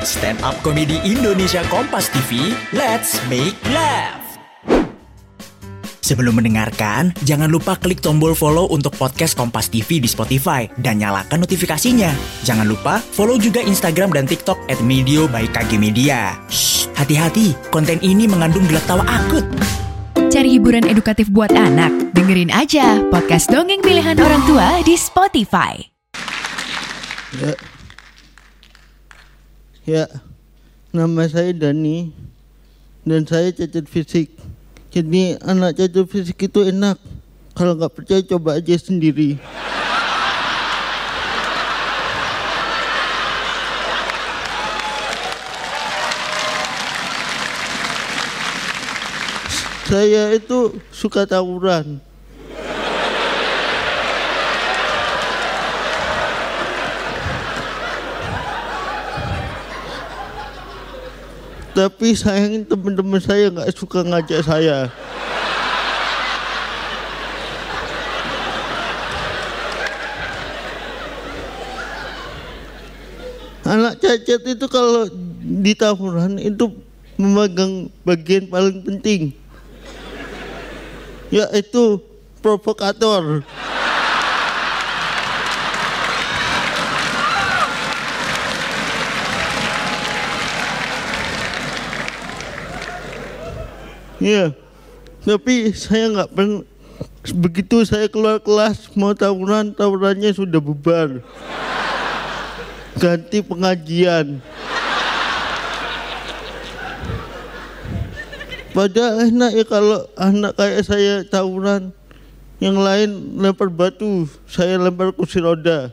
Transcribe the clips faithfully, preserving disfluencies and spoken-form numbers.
stand up komedi Indonesia Kompas T V. Let's make laugh. Sebelum mendengarkan, jangan lupa klik tombol follow untuk podcast Kompas T V di Spotify dan nyalakan notifikasinya. Jangan lupa follow juga Instagram dan TikTok at Medio by K G Media. Shh, hati-hati, konten ini mengandung gelak tawa akut. Cari hiburan edukatif buat anak? Dengerin aja podcast Dongeng Pilihan Orang Tua di Spotify. Ya, ya, nama saya Dani dan saya cacat fisik. Jadi anak cacat fisik itu enak. Kalau nggak percaya coba aja sendiri. Saya itu suka tawuran. Tapi sayangnya teman-teman saya nggak suka ngajak saya. Anak cacat itu kalau di tawuran itu memegang bagian paling penting, yaitu provokator. Ya, tapi saya nggak pernah. Begitu saya keluar kelas mau tawuran, tawurannya sudah bubar. Ganti pengajian. Padahal enak ya kalau anak kayak saya tawuran. Yang lain lempar batu, saya lempar kursi roda.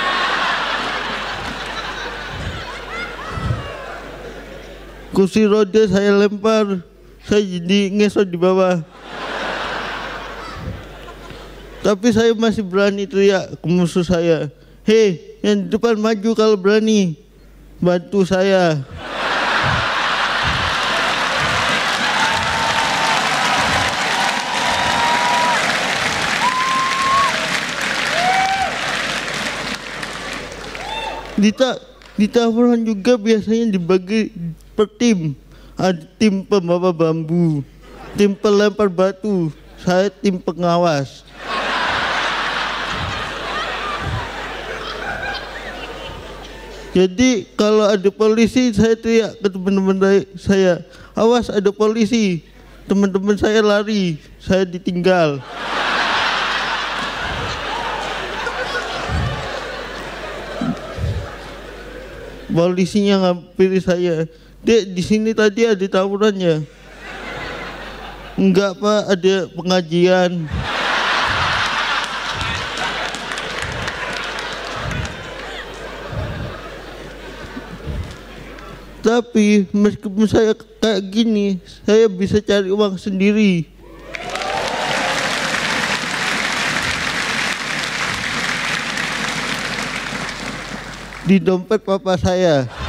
Kursi roda saya lempar, saya jadi ngesot di bawah. Tapi saya masih berani teriak ke musuh saya, "Hei, yang di depan maju kalau berani, bantu saya." Di, ta- di tawuran juga biasanya dibagi per tim. Ada tim pembawa bambu, tim pelempar batu, saya tim pengawas. Jadi kalau ada polisi saya teriak ke teman-teman saya, "Awas ada polisi." Teman-teman saya lari, saya ditinggal. Polisinya ngampiri saya, "Dek, di sini tadi ada tawurannya." "Enggak, Pak, ada pengajian." Tapi meskipun saya kayak gini, saya bisa cari uang sendiri. Di dompet papa saya.